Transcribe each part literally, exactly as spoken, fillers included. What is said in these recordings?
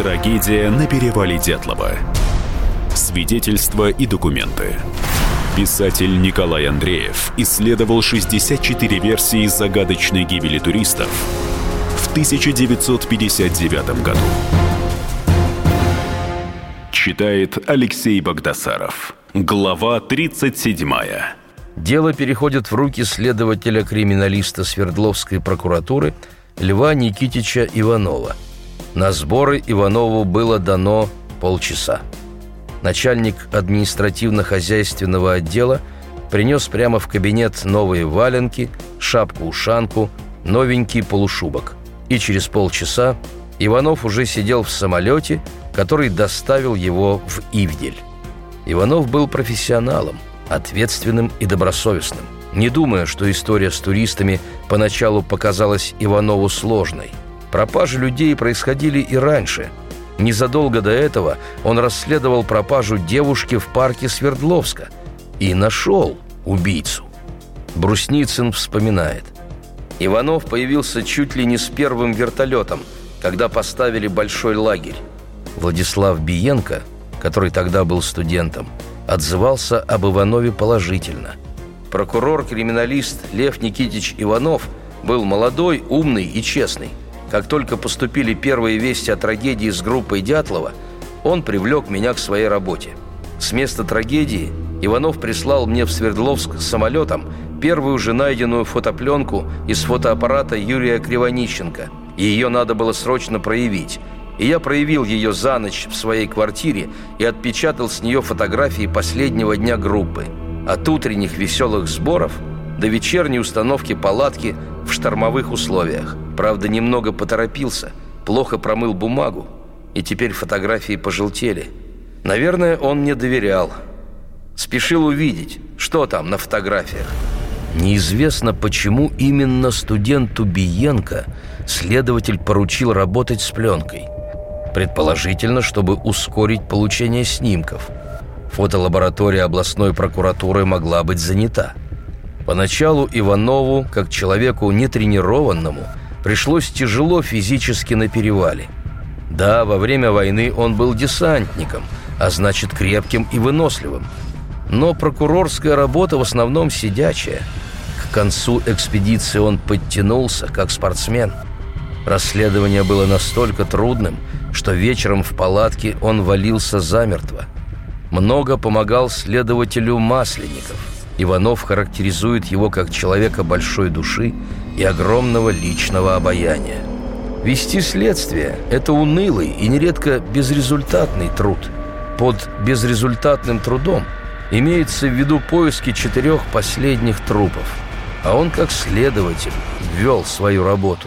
Трагедия на перевале Дятлова. Свидетельства и документы. Писатель Николай Андреев исследовал шестьдесят четыре версии загадочной гибели туристов в тысяча девятьсот пятьдесят девятом году. Читает Алексей Багдасаров. Глава тридцать седьмая. Дело переходит в руки следователя-криминалиста Свердловской прокуратуры Льва Никитича Иванова. На сборы Иванову было дано полчаса. Начальник административно-хозяйственного отдела принес прямо в кабинет новые валенки, шапку-ушанку, новенький полушубок. И через полчаса Иванов уже сидел в самолете, который доставил его в Ивдель. Иванов был профессионалом, ответственным и добросовестным. Не думая, что история с туристами поначалу показалась Иванову сложной. Пропажи людей происходили и раньше. Незадолго до этого он расследовал пропажу девушки в парке Свердловска и нашел убийцу. Брусницын вспоминает. Иванов появился чуть ли не с первым вертолетом, когда поставили большой лагерь. Владислав Биенко, который тогда был студентом, отзывался об Иванове положительно. Прокурор-криминалист Лев Никитич Иванов был молодой, умный и честный. Как только поступили первые вести о трагедии с группой Дятлова, он привлек меня к своей работе. С места трагедии Иванов прислал мне в Свердловск самолетом первую же найденную фотопленку из фотоаппарата Юрия Кривонищенко. И ее надо было срочно проявить. И я проявил ее за ночь в своей квартире и отпечатал с нее фотографии последнего дня группы. От утренних веселых сборов до вечерней установки палатки в штормовых условиях. Правда, немного поторопился, плохо промыл бумагу, и теперь фотографии пожелтели. Наверное, он мне доверял. Спешил увидеть, что там на фотографиях. Неизвестно, почему именно студенту Биенко следователь поручил работать с пленкой. Предположительно, чтобы ускорить получение снимков. Фотолаборатория областной прокуратуры могла быть занята. Поначалу Иванову, как человеку нетренированному, пришлось тяжело физически на перевале. Да, во время войны он был десантником, а значит крепким и выносливым. Но прокурорская работа в основном сидячая. К концу экспедиции он подтянулся, как спортсмен. Расследование было настолько трудным, что вечером в палатке он валился замертво. Много помогал следователю Масленников. Иванов характеризует его как человека большой души и огромного личного обаяния. Вести следствие – это унылый и нередко безрезультатный труд. Под безрезультатным трудом имеется в виду поиски четырех последних трупов. А он, как следователь, вел свою работу.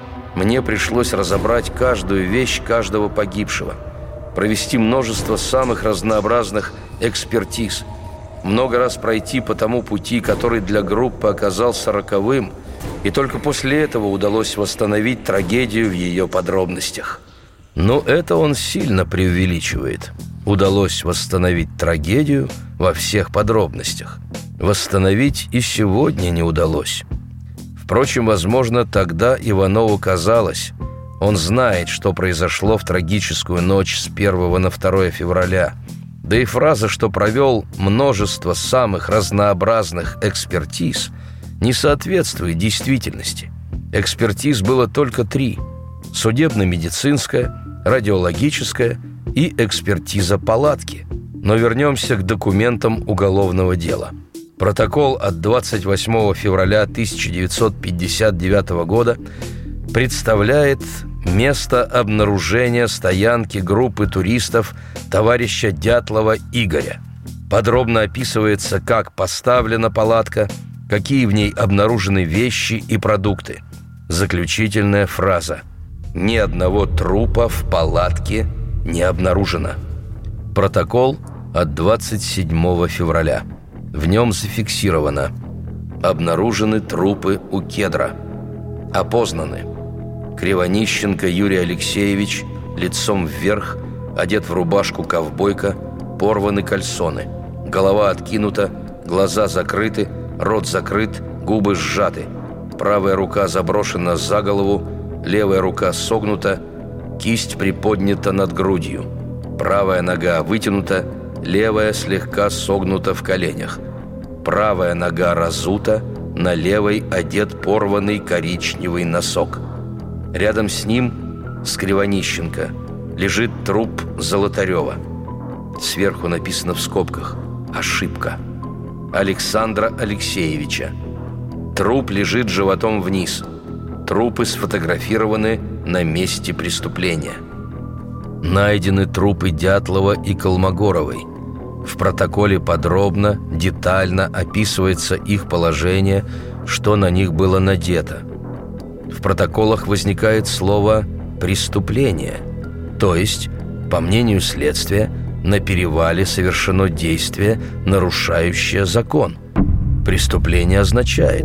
Мне пришлось разобрать каждую вещь каждого погибшего, провести множество самых разнообразных экспертиз, много раз пройти по тому пути, который для группы оказался роковым, и только после этого удалось восстановить трагедию в ее подробностях. Но это он сильно преувеличивает. Удалось восстановить трагедию во всех подробностях. Восстановить и сегодня не удалось. Впрочем, возможно, тогда Иванову казалось, он знает, что произошло в трагическую ночь с первого на второе февраля. Да и фраза, что провел множество самых разнообразных экспертиз, не соответствует действительности. Экспертиз было только три – судебно-медицинская, радиологическая и экспертиза палатки. Но вернемся к документам уголовного дела. Протокол от двадцать восьмого февраля тысяча девятьсот пятьдесят девятого года представляет место обнаружения стоянки группы туристов товарища Дятлова Игоря. Подробно описывается, как поставлена палатка, какие в ней обнаружены вещи и продукты. Заключительная фраза: «Ни одного трупа в палатке не обнаружено». Протокол от двадцать седьмого февраля. В нем зафиксировано: обнаружены трупы у кедра. Опознаны: Кривонищенко Юрий Алексеевич, лицом вверх, одет в рубашку-ковбойка, порваны кальсоны. Голова откинута, глаза закрыты, рот закрыт, губы сжаты. Правая рука заброшена за голову, левая рука согнута, Кисть приподнята над грудью. Правая нога вытянута, левая слегка согнута в коленях. Правая нога разута, на левой одет порванный коричневый носок. Рядом с ним, с Кривонищенко, лежит труп Золотарева. Сверху написано в скобках «Ошибка». Александра Алексеевича. Труп лежит животом вниз. Трупы сфотографированы на месте преступления. Найдены трупы Дятлова и Колмогоровой. В протоколе подробно, детально описывается их положение, что на них было надето. В протоколах возникает слово «преступление», то есть, по мнению следствия, на перевале совершено действие, нарушающее закон. Преступление означает: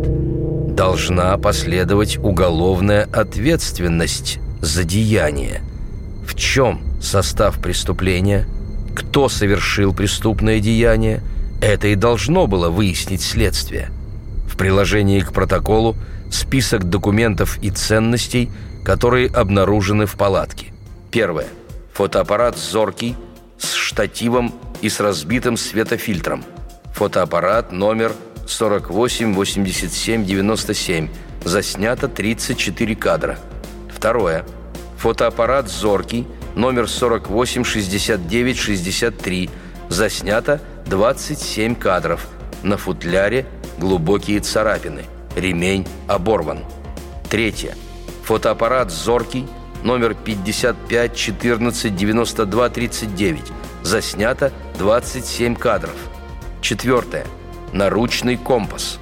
должна последовать уголовная ответственность за деяние. В чем состав преступления? Кто совершил преступное деяние? Это и должно было выяснить следствие. В приложении к протоколу список документов и ценностей, которые обнаружены в палатке. Первое. Фотоаппарат «Зоркий» с штативом и с разбитым светофильтром. Фотоаппарат номер сорок восемь восемьдесят семь девяносто семь. Заснято тридцать четыре кадра. Второе. Фотоаппарат «Зоркий» номер сорок восемь шестьдесят девять шестьдесят три. Заснято двадцать семь кадров. На футляре глубокие царапины. Ремень оборван. Третье. Фотоаппарат «Зоркий» номер пятьдесят пять четырнадцать девяносто два тридцать девять. Заснято двадцать семь кадров. Четвертое. Наручный компас.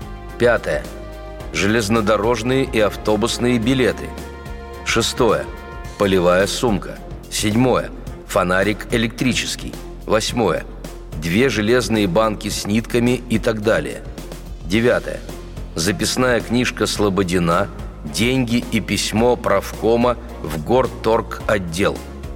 Пятое. Железнодорожные и автобусные билеты. Шестое. Полевая сумка. Седьмое. Фонарик электрический. Восьмое. Две железные банки с нитками и так далее. Девятое. Записная книжка Слободина, деньги и письмо правкома в горторг-отдел.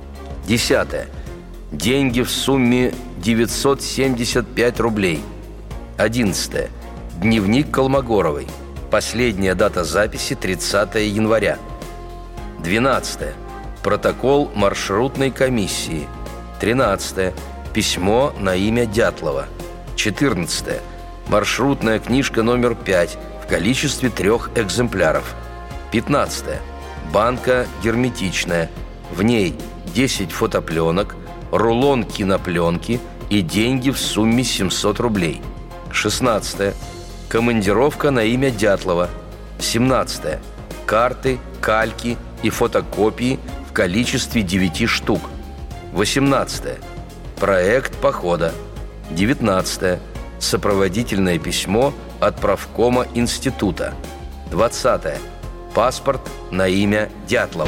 Десятое. Деньги в сумме девятьсот семьдесят пять рублей. Одиннадцатое. Дневник Колмогоровой. Последняя дата записи тридцатое января. Двенадцатое. Протокол маршрутной комиссии. Тринадцатое. Письмо на имя Дятлова. Четырнадцатое. Маршрутная книжка номер пять в количестве трех экземпляров. Пятнадцатое. Банка герметичная. В ней десять фотопленок, рулон кинопленки и деньги в сумме семьсот рублей. Шестнадцатое. Командировка на имя Дятлова. Семнадцатое. Карты, кальки и фотокопии в количестве девяти штук. Восемнадцатое. Проект похода. Девятнадцатое. Сопроводительное письмо от правкома института. Двадцатое. Паспорт на имя Дятлова.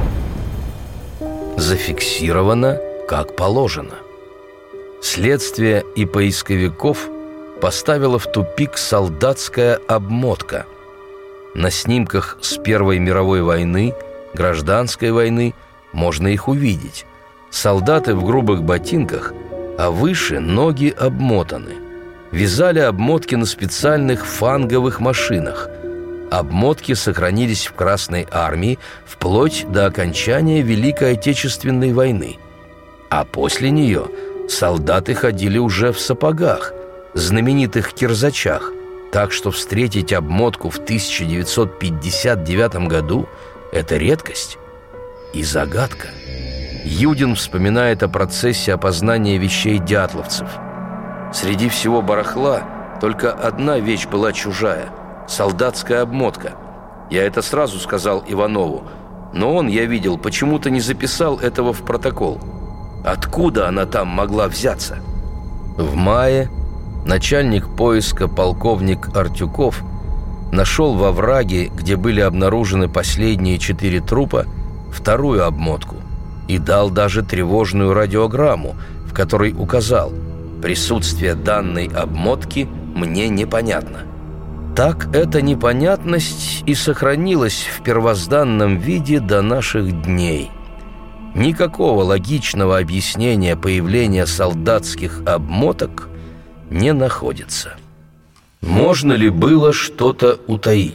Зафиксировано, как положено. Следствие и поисковиков поставило в тупик солдатская обмотка. На снимках с Первой мировой войны, Гражданской войны можно их увидеть. Солдаты в грубых ботинках, а выше ноги обмотаны. Вязали обмотки на специальных фанговых машинах. Обмотки сохранились в Красной армии вплоть до окончания Великой Отечественной войны. А после нее солдаты ходили уже в сапогах, знаменитых кирзачах, так что встретить обмотку в тысяча девятьсот пятьдесят девятом году – это редкость и загадка. Юдин вспоминает о процессе опознания вещей дятловцев. Среди всего барахла только одна вещь была чужая – солдатская обмотка. Я это сразу сказал Иванову, но он, я видел, почему-то не записал этого в протокол. Откуда она там могла взяться? В мае начальник поиска полковник Артюков нашел во враге, где были обнаружены последние четыре трупа, вторую обмотку и дал даже тревожную радиограмму, в которой указал: присутствие данной обмотки мне непонятно. Так эта непонятность и сохранилась в первозданном виде до наших дней. Никакого логичного объяснения появления солдатских обмоток не находится. Можно ли было что-то утаить?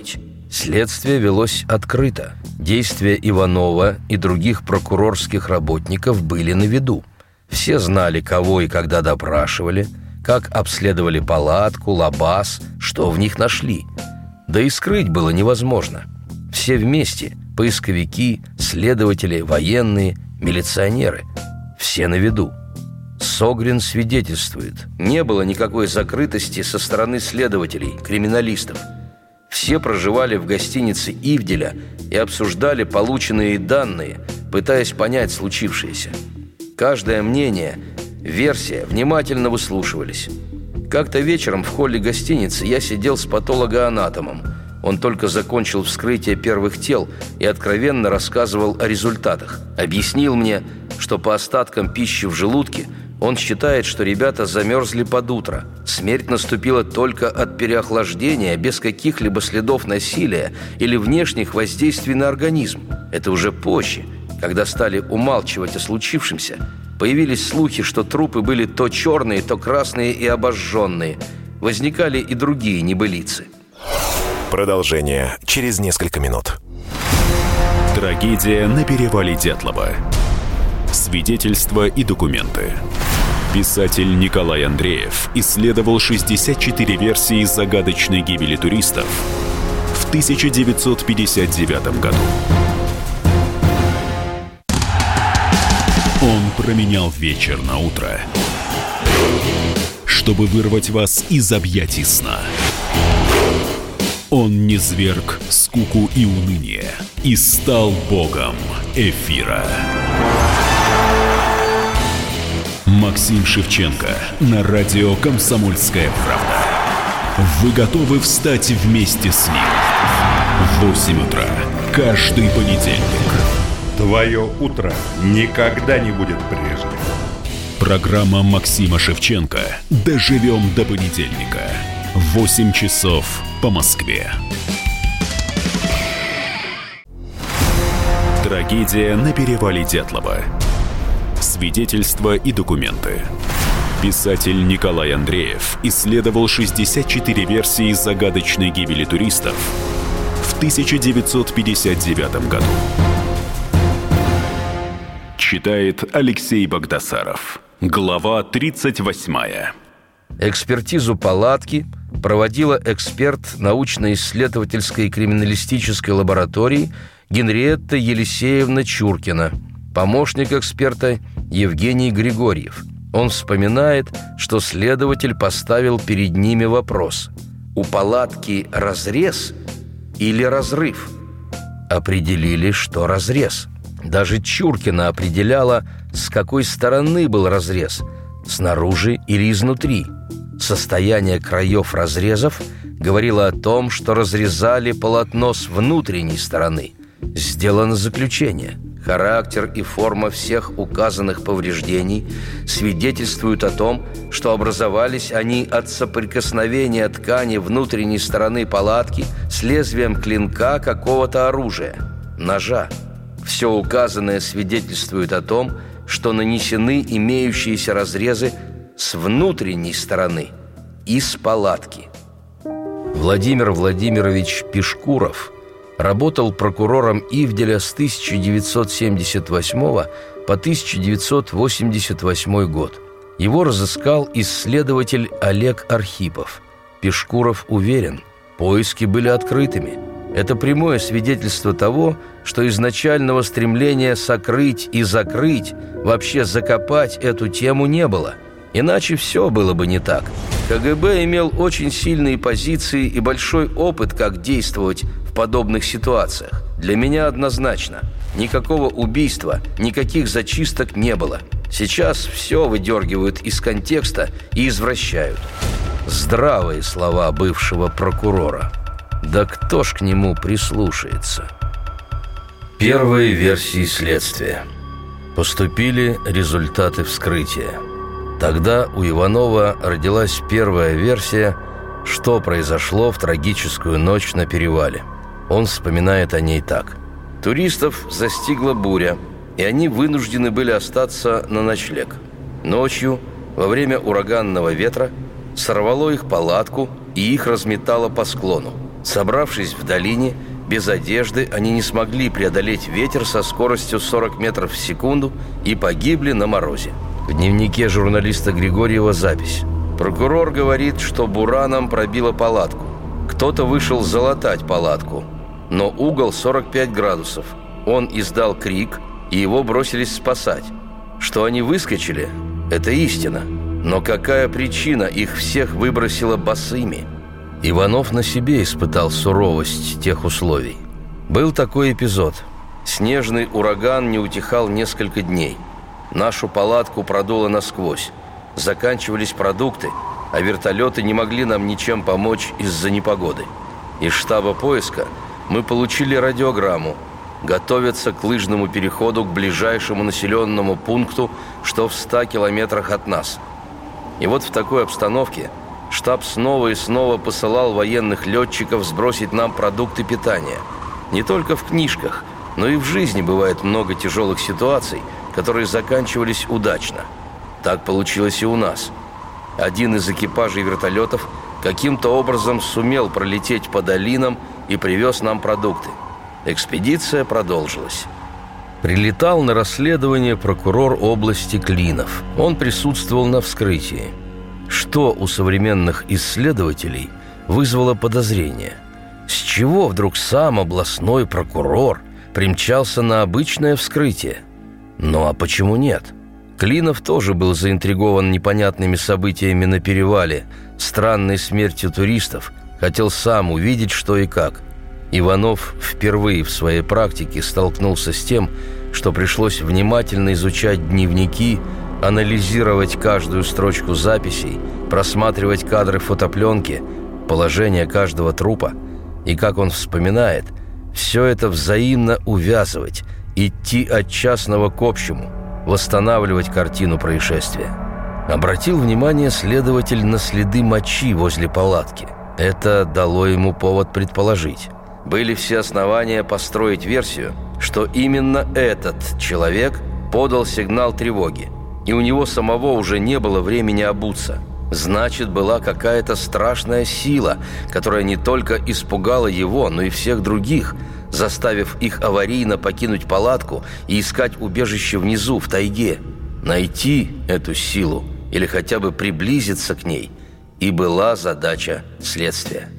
Следствие велось открыто. Действия Иванова и других прокурорских работников были на виду. Все знали, кого и когда допрашивали, как обследовали палатку, лабаз, что в них нашли. Да и скрыть было невозможно. Все вместе – поисковики, следователи, военные, милиционеры – все на виду. Согрин свидетельствует, не было никакой закрытости со стороны следователей, криминалистов. Все проживали в гостинице «Ивделя» и обсуждали полученные данные, пытаясь понять случившееся. Каждое мнение, версия внимательно выслушивались. Как-то вечером в холле гостиницы я сидел с патологоанатомом. Он только закончил вскрытие первых тел и откровенно рассказывал о результатах. Объяснил мне, что по остаткам пищи в желудке он считает, что ребята замерзли под утро. Смерть наступила только от переохлаждения, без каких-либо следов насилия или внешних воздействий на организм. Это уже позже, когда стали умалчивать о случившемся, появились слухи, что трупы были то черные, то красные и обожженные. Возникали и другие небылицы. Продолжение через несколько минут. Трагедия на перевале Дятлова. Свидетельства и документы. Писатель Николай Андреев исследовал шестьдесят четыре версии загадочной гибели туристов в тысяча девятьсот пятьдесят девятом году. Он променял вечер на утро, чтобы вырвать вас из объятий сна. Он низвергг скуку и уныние и стал богом эфира. Максим Шевченко на радио «Комсомольская правда». Вы готовы встать вместе с ним? В восемь утра каждый понедельник. Твое утро никогда не будет прежним. Программа Максима Шевченко «Доживем до понедельника». восемь часов по Москве. Трагедия на перевале Дятлова. Свидетельства и документы. Писатель Николай Андреев исследовал шестьдесят четыре версии загадочной гибели туристов в тысяча девятьсот пятьдесят девятом году. Читает Алексей Багдасаров. Глава тридцать восьмая. Экспертизу палатки проводила эксперт научно-исследовательской криминалистической лаборатории Генриетта Елисеевна Чуркина, помощник эксперта Евгений Григорьев. Он вспоминает, что следователь поставил перед ними вопрос: у палатки разрез или разрыв? Определили, что разрез. Даже Чуркина определяла, с какой стороны был разрез – снаружи или изнутри. Состояние краев разрезов говорило о том, что разрезали полотно с внутренней стороны. Сделано заключение. Характер и форма всех указанных повреждений свидетельствуют о том, что образовались они от соприкосновения ткани внутренней стороны палатки с лезвием клинка какого-то оружия – ножа. Все указанное свидетельствует о том, что нанесены имеющиеся разрезы с внутренней стороны, из палатки. Владимир Владимирович Пешкуров работал прокурором Ивделя с тысяча девятьсот семьдесят восьмого по тысяча девятьсот восемьдесят восьмой год. Его разыскал исследователь Олег Архипов. Пешкуров уверен, поиски были открытыми. Это прямое свидетельство того, что изначального стремления сокрыть и закрыть, вообще закопать эту тему не было. Иначе все было бы не так. КГБ имел очень сильные позиции и большой опыт, как действовать в подобных ситуациях. Для меня однозначно. Никакого убийства, никаких зачисток не было. Сейчас все выдергивают из контекста и извращают. Здравые слова бывшего прокурора. Да кто ж к нему прислушается? Первые версии следствия. Поступили результаты вскрытия. Тогда у Иванова родилась первая версия, что произошло в трагическую ночь на перевале. Он вспоминает о ней так. Туристов застигла буря, и они вынуждены были остаться на ночлег. Ночью, во время ураганного ветра, сорвало их палатку и их разметало по склону. Собравшись в долине, без одежды, они не смогли преодолеть ветер со скоростью сорок метров в секунду и погибли на морозе. В дневнике журналиста Григорьева запись. Прокурор говорит, что бураном пробило палатку. Кто-то вышел залатать палатку, но угол сорок пять градусов. Он издал крик, и его бросились спасать. Что они выскочили – это истина. Но какая причина их всех выбросила босыми? Иванов на себе испытал суровость тех условий. Был такой эпизод. Снежный ураган не утихал несколько дней. Нашу палатку продуло насквозь. Заканчивались продукты, а вертолеты не могли нам ничем помочь из-за непогоды. Из штаба поиска мы получили радиограмму. Готовятся к лыжному переходу к ближайшему населенному пункту, что в ста километрах от нас. И вот в такой обстановке штаб снова и снова посылал военных летчиков сбросить нам продукты питания. Не только в книжках, но и в жизни бывает много тяжелых ситуаций, которые заканчивались удачно. Так получилось и у нас. Один из экипажей вертолетов каким-то образом сумел пролететь по долинам и привез нам продукты. Экспедиция продолжилась. Прилетал на расследование прокурор области Клинов. Он присутствовал на вскрытии. Что у современных исследователей вызвало подозрение? С чего вдруг сам областной прокурор примчался на обычное вскрытие? Ну а почему нет? Клинов тоже был заинтригован непонятными событиями на перевале, странной смертью туристов, хотел сам увидеть, что и как. Иванов впервые в своей практике столкнулся с тем, что пришлось внимательно изучать дневники, анализировать каждую строчку записей, просматривать кадры фотопленки, положение каждого трупа. И, как он вспоминает, все это взаимно увязывать, идти от частного к общему, восстанавливать картину происшествия. Обратил внимание следователь на следы мочи возле палатки. Это дало ему повод предположить. Были все основания построить версию, что именно этот человек подал сигнал тревоги, и у него самого уже не было времени обуться. Значит, была какая-то страшная сила, которая не только испугала его, но и всех других, заставив их аварийно покинуть палатку и искать убежище внизу, в тайге. Найти эту силу или хотя бы приблизиться к ней и была задача следствия.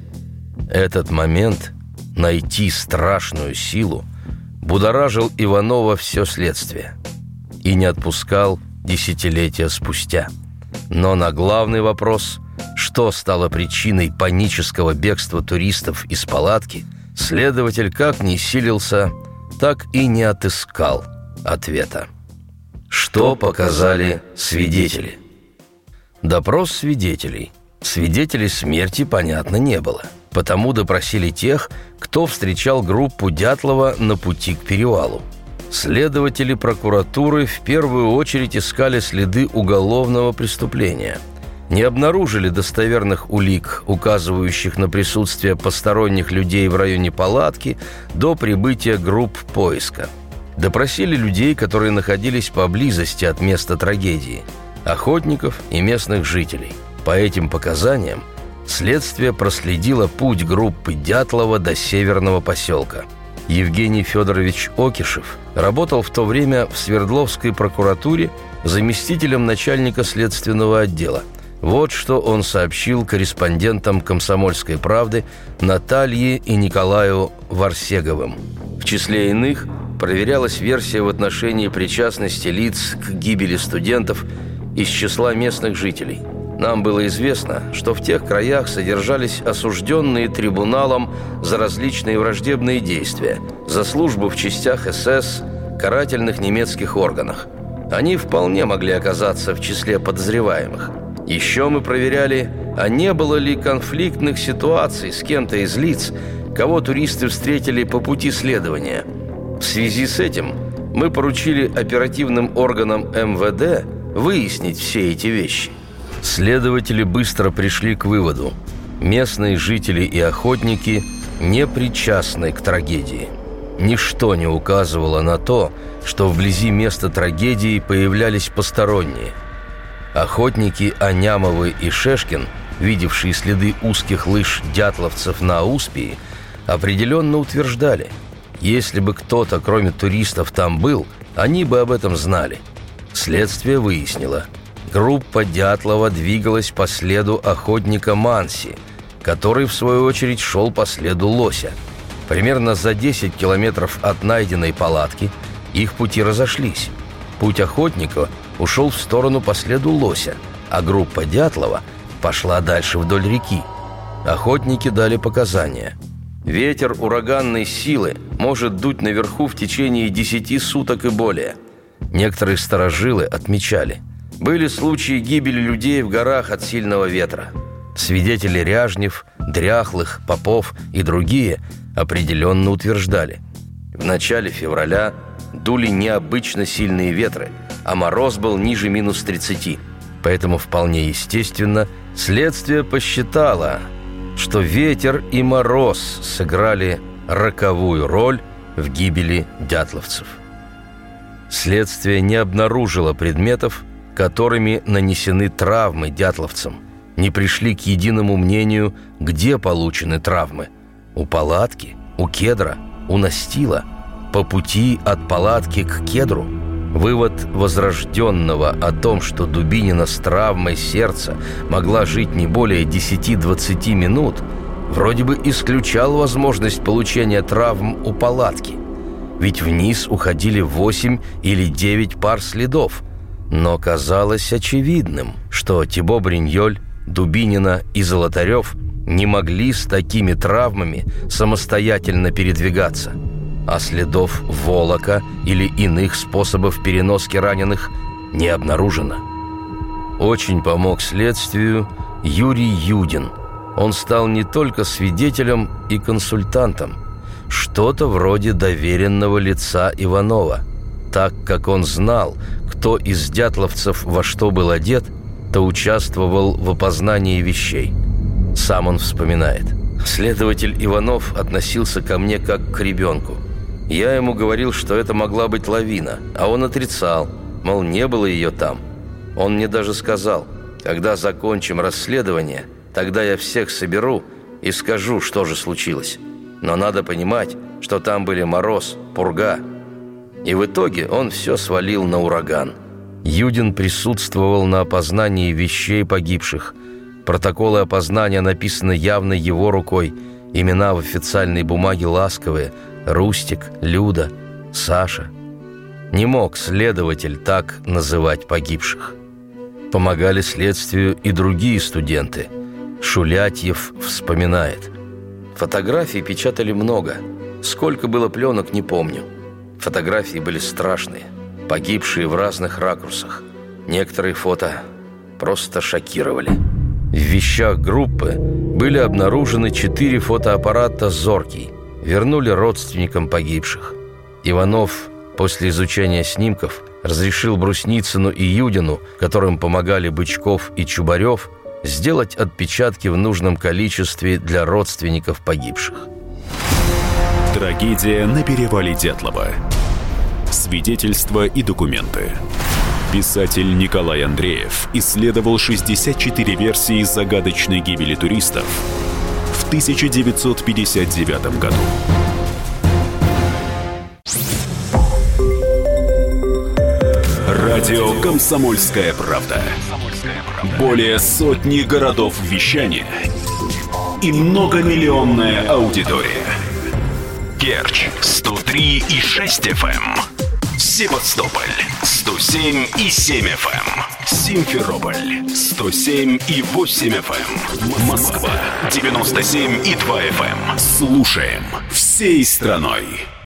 Этот момент, найти страшную силу, будоражил Иванова все следствие и не отпускал десятилетия спустя. Но на главный вопрос, что стало причиной панического бегства туристов из палатки, следователь как ни силился, так и не отыскал ответа. Что показали свидетели? Допрос свидетелей. Свидетелей смерти, понятно, не было. Потому допросили тех, кто встречал группу Дятлова на пути к перевалу. Следователи прокуратуры в первую очередь искали следы уголовного преступления. Не обнаружили достоверных улик, указывающих на присутствие посторонних людей в районе палатки до прибытия групп поиска. Допросили людей, которые находились поблизости от места трагедии, охотников и местных жителей. По этим показаниям следствие проследило путь группы Дятлова до северного поселка. Евгений Федорович Окишев работал в то время в Свердловской прокуратуре заместителем начальника следственного отдела. Вот что он сообщил корреспондентам «Комсомольской правды» Наталье и Николаю Варсеговым. В числе иных проверялась версия в отношении причастности лиц к гибели студентов из числа местных жителей. Нам было известно, что в тех краях содержались осужденные трибуналом за различные враждебные действия, за службу в частях эс эс, карательных немецких органах. Они вполне могли оказаться в числе подозреваемых. Еще мы проверяли, а не было ли конфликтных ситуаций с кем-то из лиц, кого туристы встретили по пути следования. В связи с этим мы поручили оперативным органам эм вэ дэ выяснить все эти вещи. Следователи быстро пришли к выводу: местные жители и охотники не причастны к трагедии. Ничто не указывало на то, что вблизи места трагедии появлялись посторонние. Охотники Анямовы и Шешкин видевшие следы узких лыж дятловцев на Ауспии, определенно утверждали, если бы кто-то, кроме туристов, там был, они бы об этом знали. Следствие выяснило, группа Дятлова двигалась по следу охотника Манси, который, в свою очередь, шел по следу лося. Примерно за десять километров от найденной палатки их пути разошлись. Путь охотника ушел в сторону по следу лося, а группа Дятлова пошла дальше вдоль реки. Охотники дали показания. Ветер ураганной силы может дуть наверху в течение десяти суток и более. Некоторые старожилы отмечали, были случаи гибели людей в горах от сильного ветра. Свидетели Ряжнев, Дряхлых, Попов и другие определенно утверждали, в начале февраля дули необычно сильные ветры, а мороз был ниже минус тридцати. Поэтому вполне естественно, следствие посчитало, что ветер и мороз сыграли роковую роль в гибели дятловцев. Следствие не обнаружило предметов, которыми нанесены травмы дятловцам, не пришли к единому мнению, где получены травмы. У палатки, у кедра, у настила, по пути от палатки к кедру. Вывод Возрожденного о том, что Дубинина с травмой сердца могла жить не более десяти-двадцати минут, вроде бы исключал возможность получения травм у палатки. Ведь вниз уходили восемь или девять пар следов. Но казалось очевидным, что Тибо Бриньоль, Дубинина и Золотарев не могли с такими травмами самостоятельно передвигаться. А следов волока или иных способов переноски раненых не обнаружено. Очень помог следствию Юрий Юдин. Он стал не только свидетелем и консультантом, что-то вроде доверенного лица Иванова. Так как он знал, кто из дятловцев во что был одет, то участвовал в опознании вещей. Сам он вспоминает. Следователь Иванов относился ко мне как к ребенку. Я ему говорил, что это могла быть лавина, а он отрицал, мол, не было ее там. Он мне даже сказал, когда закончим расследование, тогда я всех соберу и скажу, что же случилось. Но надо понимать, что там были мороз, пурга. И в итоге он все свалил на ураган. Юдин присутствовал на опознании вещей погибших. Протоколы опознания написаны явно его рукой, имена в официальной бумаге ласковые – Рустик, Люда, Саша. Не мог следователь так называть погибших. Помогали следствию и другие студенты. Шулятьев вспоминает. Фотографий печатали много. Сколько было пленок, не помню. Фотографии были страшные, погибшие в разных ракурсах. Некоторые фото просто шокировали. В вещах группы были обнаружены четыре фотоаппарата «Зоркий». Вернули родственникам погибших. Иванов после изучения снимков разрешил Брусницыну и Юдину, которым помогали Бычков и Чубарев, сделать отпечатки в нужном количестве для родственников погибших. Трагедия на перевале Дятлова. Свидетельства и документы. Писатель Николай Андреев исследовал шестьдесят четыре версии загадочной гибели туристов в тысяча девятьсот пятьдесят девятом году. Радио «Комсомольская правда». Более сотни городов вещания и многомиллионная аудитория. Керчь сто три и шесть эф эм, Севастополь сто семь и семь эф эм, Симферополь сто семь и восемь эф эм, Москва девяносто семь и два эф эм. Слушаем всей страной.